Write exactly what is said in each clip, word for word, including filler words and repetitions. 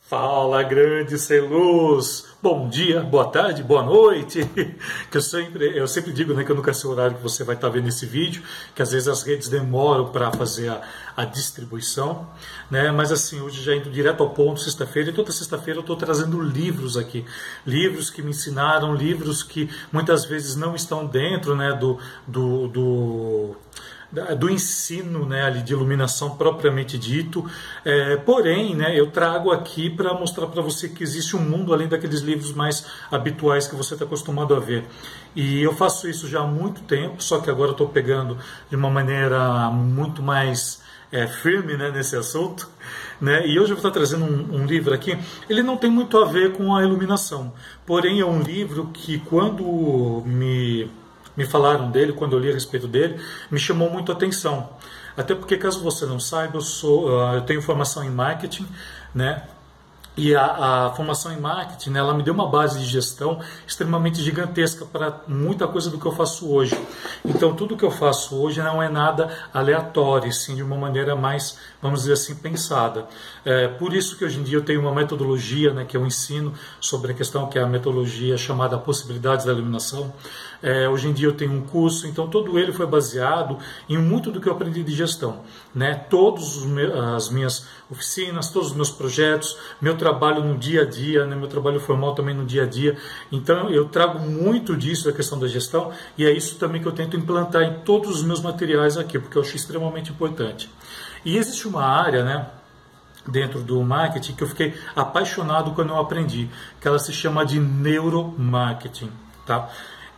Fala, grande ser luz! Bom dia, boa tarde, boa noite! Que eu sempre, eu sempre digo, né, que eu nunca sei o horário que você vai estar vendo esse vídeo, que às vezes as redes demoram para fazer a, a distribuição, né? Mas assim, hoje já indo direto ao ponto, sexta-feira, e toda sexta-feira eu estou trazendo livros aqui, livros que me ensinaram, livros que muitas vezes não estão dentro, né, do, do, do do ensino, né, ali de iluminação propriamente dito, é, porém, né, eu trago aqui para mostrar para você que existe um mundo além daqueles livros mais habituais que você está acostumado a ver. E eu faço isso já há muito tempo, só que agora estou pegando de uma maneira muito mais é, firme, né, nesse assunto, né? E hoje eu vou estar trazendo um, um livro aqui. Ele não tem muito a ver com a iluminação, porém é um livro que quando me me falaram dele, quando eu li a respeito dele, me chamou muito a atenção. Até porque, caso você não saiba, eu, sou, eu tenho formação em marketing, né? E a, a formação em marketing, né, ela me deu uma base de gestão extremamente gigantesca para muita coisa do que eu faço hoje. Então, tudo que eu faço hoje não é nada aleatório, sim, de uma maneira mais, vamos dizer assim, pensada. É, por isso que hoje em dia eu tenho uma metodologia, né, que eu ensino sobre a questão que é a metodologia chamada Possibilidades da Iluminação. É, hoje em dia eu tenho um curso, então todo ele foi baseado em muito do que eu aprendi de gestão, né? Todas as minhas oficinas, todos os meus projetos, meu trabalho no dia a dia, né? Meu trabalho formal também no dia a dia. Então eu trago muito disso da questão da gestão e é isso também que eu tento implantar em todos os meus materiais aqui, porque eu acho extremamente importante. E existe uma área, né, dentro do marketing que eu fiquei apaixonado quando eu aprendi, que ela se chama de neuromarketing, tá?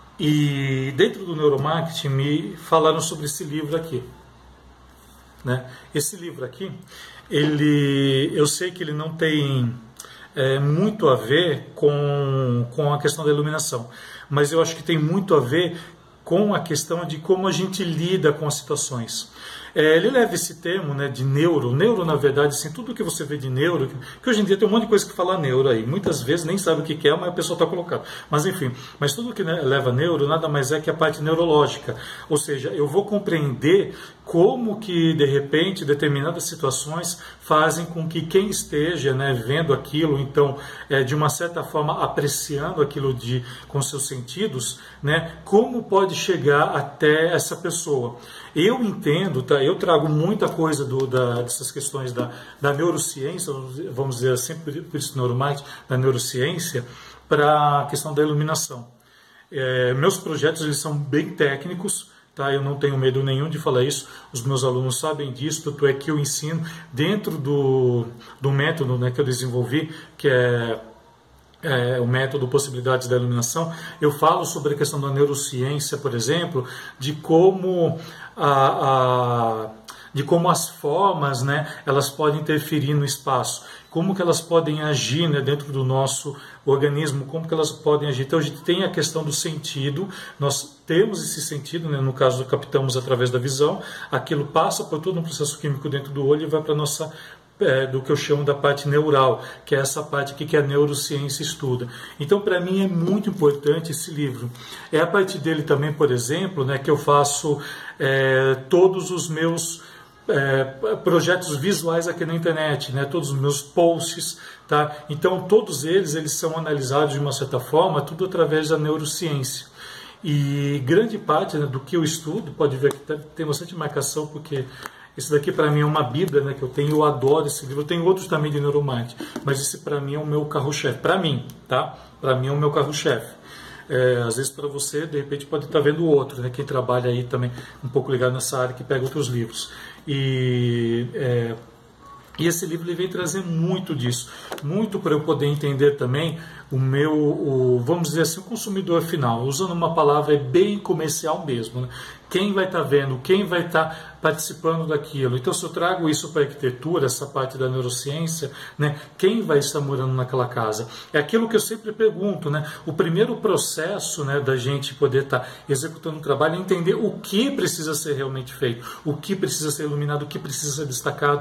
E dentro do neuromarketing me falaram sobre esse livro aqui, né? Esse livro aqui, ele, eu sei que ele não tem é, muito a ver com, com a questão da iluminação, mas eu acho que tem muito a ver com a questão de como a gente lida com as situações. É, ele leva esse termo, né, de neuro. Neuro, na verdade, assim, tudo que você vê de neuro, que hoje em dia tem um monte de coisa que fala neuro aí. Muitas vezes nem sabe o que é, mas a pessoa está colocando. Mas enfim, mas tudo que, né, leva neuro nada mais é que a parte neurológica. Ou seja, eu vou compreender como que, de repente, determinadas situações fazem com que quem esteja, né, vendo aquilo, então, é, de uma certa forma, apreciando aquilo de, com seus sentidos, né, como pode chegar até essa pessoa. Eu entendo, tá? Eu trago muita coisa do, da, dessas questões da, da neurociência, vamos dizer assim, por isso neuromarketing, da neurociência, para a questão da iluminação. É, meus projetos eles são bem técnicos, tá? Eu não tenho medo nenhum de falar isso, os meus alunos sabem disso, tanto é que eu ensino dentro do, do método, né, que eu desenvolvi, que é É, o método Possibilidades da Iluminação, eu falo sobre a questão da neurociência, por exemplo, de como a, a, de como as formas, né, elas podem interferir no espaço, como que elas podem agir, né, dentro do nosso organismo, como que elas podem agir. Então a gente tem a questão do sentido, nós temos esse sentido, né, no caso captamos através da visão, aquilo passa por todo um processo químico dentro do olho e vai para a nossa É, do que eu chamo da parte neural, que é essa parte aqui que a neurociência estuda. Então, para mim, é muito importante esse livro. É a partir dele também, por exemplo, né, que eu faço é, todos os meus é, projetos visuais aqui na internet, né, todos os meus posts, tá? Então, todos eles, eles são analisados de uma certa forma, tudo através da neurociência. E grande parte, né, do que eu estudo, pode ver que tem bastante marcação, porque esse daqui para mim é uma bíblia, né, que eu tenho, eu adoro esse livro. Eu tenho outros também de neuromarketing, mas esse para mim é o meu carro-chefe. Para mim, tá? Para mim é o meu carro-chefe. É, às vezes para você, de repente, pode estar vendo outro, né? Quem trabalha aí também um pouco ligado nessa área, que pega outros livros. E, é, e esse livro ele vem trazer muito disso, muito para eu poder entender também o meu, o, vamos dizer assim, o consumidor final, usando uma palavra bem comercial mesmo, né? Quem vai estar vendo, quem vai estar participando daquilo. Então, se eu trago isso para a arquitetura, essa parte da neurociência, né, quem vai estar morando naquela casa? É aquilo que eu sempre pergunto, né? O primeiro processo, né, da gente poder estar executando um trabalho é entender o que precisa ser realmente feito, o que precisa ser iluminado, o que precisa ser destacado.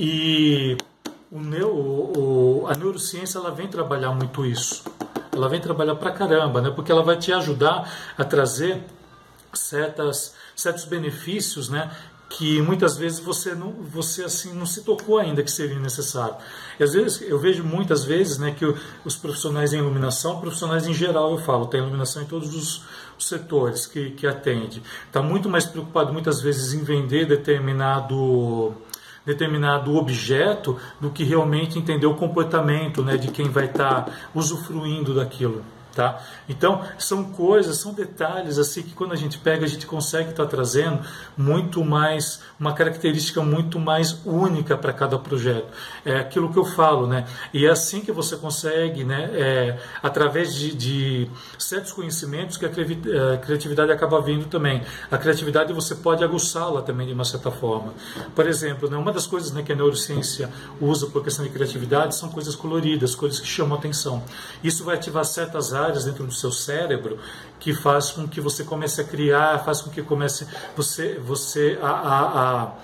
E o neo, o, a neurociência ela vem trabalhar muito isso. Ela vem trabalhar pra caramba, né? Porque ela vai te ajudar a trazer certas, certos benefícios, né, que muitas vezes você não, você assim não se tocou ainda que seria necessário. E às vezes eu vejo muitas vezes, né, que os profissionais em iluminação, profissionais em geral eu falo, tem iluminação em todos os, os setores que, que atende, está muito mais preocupado muitas vezes em vender determinado determinado objeto do que realmente entender o comportamento, né, de quem vai estar tá usufruindo daquilo. Tá? Então, são coisas, são detalhes assim que quando a gente pega, a gente consegue estar tá trazendo muito mais, uma característica muito mais única para cada projeto. É aquilo que eu falo, né? E é assim que você consegue, né, é, através de, de certos conhecimentos, que a criatividade acaba vindo também. A criatividade você pode aguçá-la também de uma certa forma. Por exemplo, né, uma das coisas, né, que a neurociência usa por questão de criatividade são coisas coloridas, coisas que chamam a atenção. Isso vai ativar certas áreas dentro do seu cérebro que faz com que você comece a criar, faz com que comece você, você a, a, a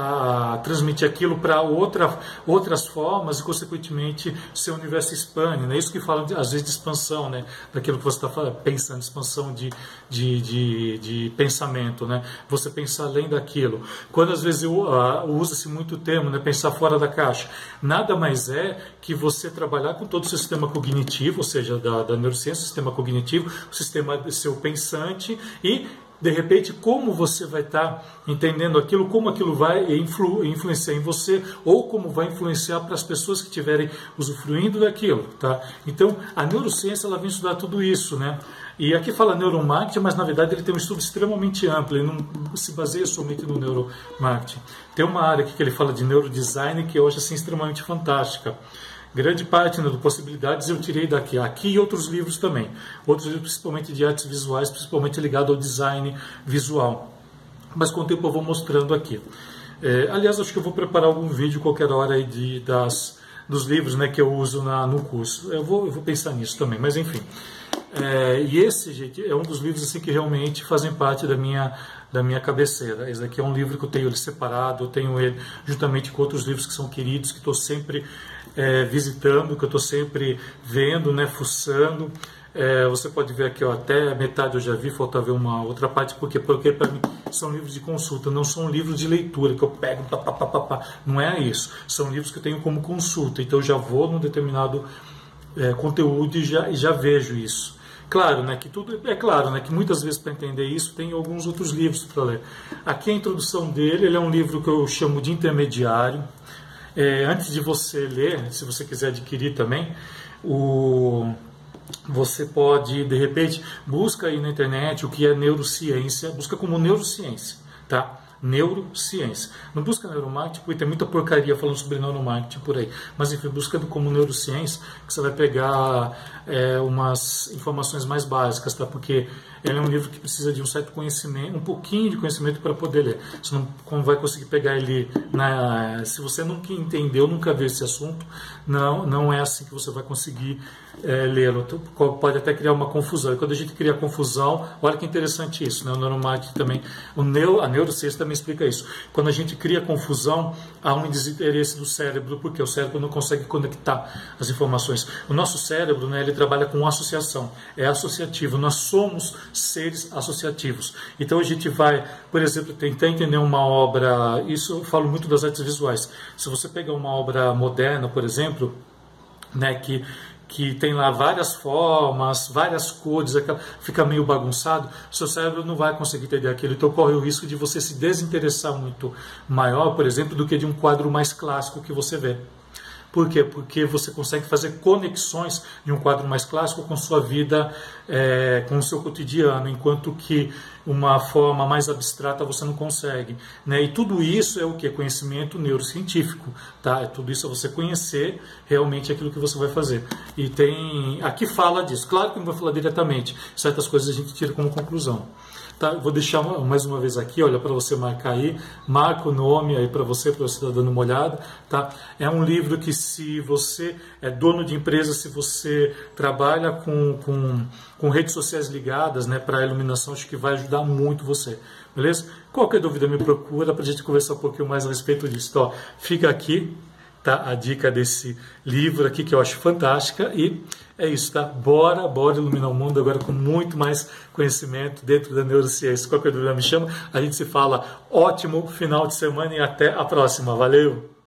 a transmitir aquilo para outra, outras formas e, consequentemente, seu universo expande. Né? Isso que fala, às vezes, de expansão, né? Daquilo que você está pensando, expansão de, de, de, de pensamento. Né? Você pensar além daquilo. Quando, às vezes, uh, usa-se muito o termo, né? Pensar fora da caixa. Nada mais é que você trabalhar com todo o sistema cognitivo, ou seja, da, da neurociência, o sistema cognitivo, o sistema seu pensante e de repente, como você vai estar entendendo aquilo, como aquilo vai influ, influenciar em você, ou como vai influenciar para as pessoas que estiverem usufruindo daquilo. Tá? Então, a neurociência ela vem estudar tudo isso. Né? E aqui fala neuromarketing, mas na verdade ele tem um estudo extremamente amplo, ele não se baseia somente no neuromarketing. Tem uma área aqui que ele fala de neurodesign que eu acho assim, extremamente fantástica. Grande parte, né, do Possibilidades eu tirei daqui, aqui e outros livros também. Outros livros principalmente de artes visuais, principalmente ligado ao design visual. Mas com o tempo eu vou mostrando aqui. É, aliás, acho que eu vou preparar algum vídeo qualquer hora aí de, das, dos livros, né, que eu uso na, no curso. Eu vou, eu vou pensar nisso também, mas enfim. É, e esse, gente, é um dos livros assim, que realmente fazem parte da minha, da minha cabeceira. Esse aqui é um livro que eu tenho ele separado, eu tenho ele juntamente com outros livros que são queridos, que estou sempre é, visitando, que eu estou sempre vendo, né, fuçando. É, você pode ver aqui, ó, até a metade eu já vi, falta ver uma outra parte, porque, porque para mim são livros de consulta, não são livros de leitura, que eu pego, pá, pá, pá, pá, pá. Não é isso. São livros que eu tenho como consulta, então eu já vou num determinado é, conteúdo e já, e já vejo isso. Claro, né, que tudo é claro, né, que muitas vezes para entender isso tem alguns outros livros para ler. Aqui a introdução dele, ele é um livro que eu chamo de intermediário. É, antes de você ler, se você quiser adquirir também, o, você pode, de repente, busca aí na internet o que é neurociência, busca como neurociência, tá? Neurociência. Não busca neuromarketing, porque tem muita porcaria falando sobre neuromarketing por aí. Mas enfim, busca como neurociência, que você vai pegar é, umas informações mais básicas, tá? Porque ele é um livro que precisa de um certo conhecimento, um pouquinho de conhecimento para poder ler. Você não vai conseguir pegar ele na... Se você nunca entendeu, nunca viu esse assunto, não, não é assim que você vai conseguir é, lê-lo. Pode até criar uma confusão. E quando a gente cria confusão, olha que interessante isso, né? O neuromarketing também, o neuro, a neurociência também explica isso. Quando a gente cria confusão, há um desinteresse do cérebro, porque o cérebro não consegue conectar as informações. O nosso cérebro, né, ele trabalha com associação, é associativo. Nós somos seres associativos. Então a gente vai, por exemplo, tentar entender uma obra, isso eu falo muito das artes visuais. Se você pegar uma obra moderna, por exemplo, né, que que tem lá várias formas, várias cores, fica meio bagunçado, seu cérebro não vai conseguir entender aquilo. Então corre o risco de você se desinteressar muito maior, por exemplo, do que de um quadro mais clássico que você vê. Por quê? Porque você consegue fazer conexões de um quadro mais clássico com sua vida, é, com o seu cotidiano, enquanto que uma forma mais abstrata você não consegue. Né? E tudo isso é o que? Conhecimento neurocientífico. Tá? Tudo isso é você conhecer realmente aquilo que você vai fazer. E tem aqui fala disso. Claro que não vai falar diretamente. Certas coisas a gente tira como conclusão. Tá, vou deixar uma, mais uma vez aqui, olha, para você marcar aí, marca o nome aí para você, para você estar dando uma olhada, tá? É um livro que, se você é dono de empresa, se você trabalha com, com, com redes sociais ligadas, né, para a iluminação, acho que vai ajudar muito você, beleza? Qualquer dúvida me procura para a gente conversar um pouquinho mais a respeito disso. Então, ó, fica aqui, tá? A dica desse livro aqui que eu acho fantástica. E é isso, tá? Bora, bora iluminar o mundo agora com muito mais conhecimento dentro da neurociência. Qualquer dúvida me chama, a gente se fala. Ótimo final de semana e até a próxima. Valeu!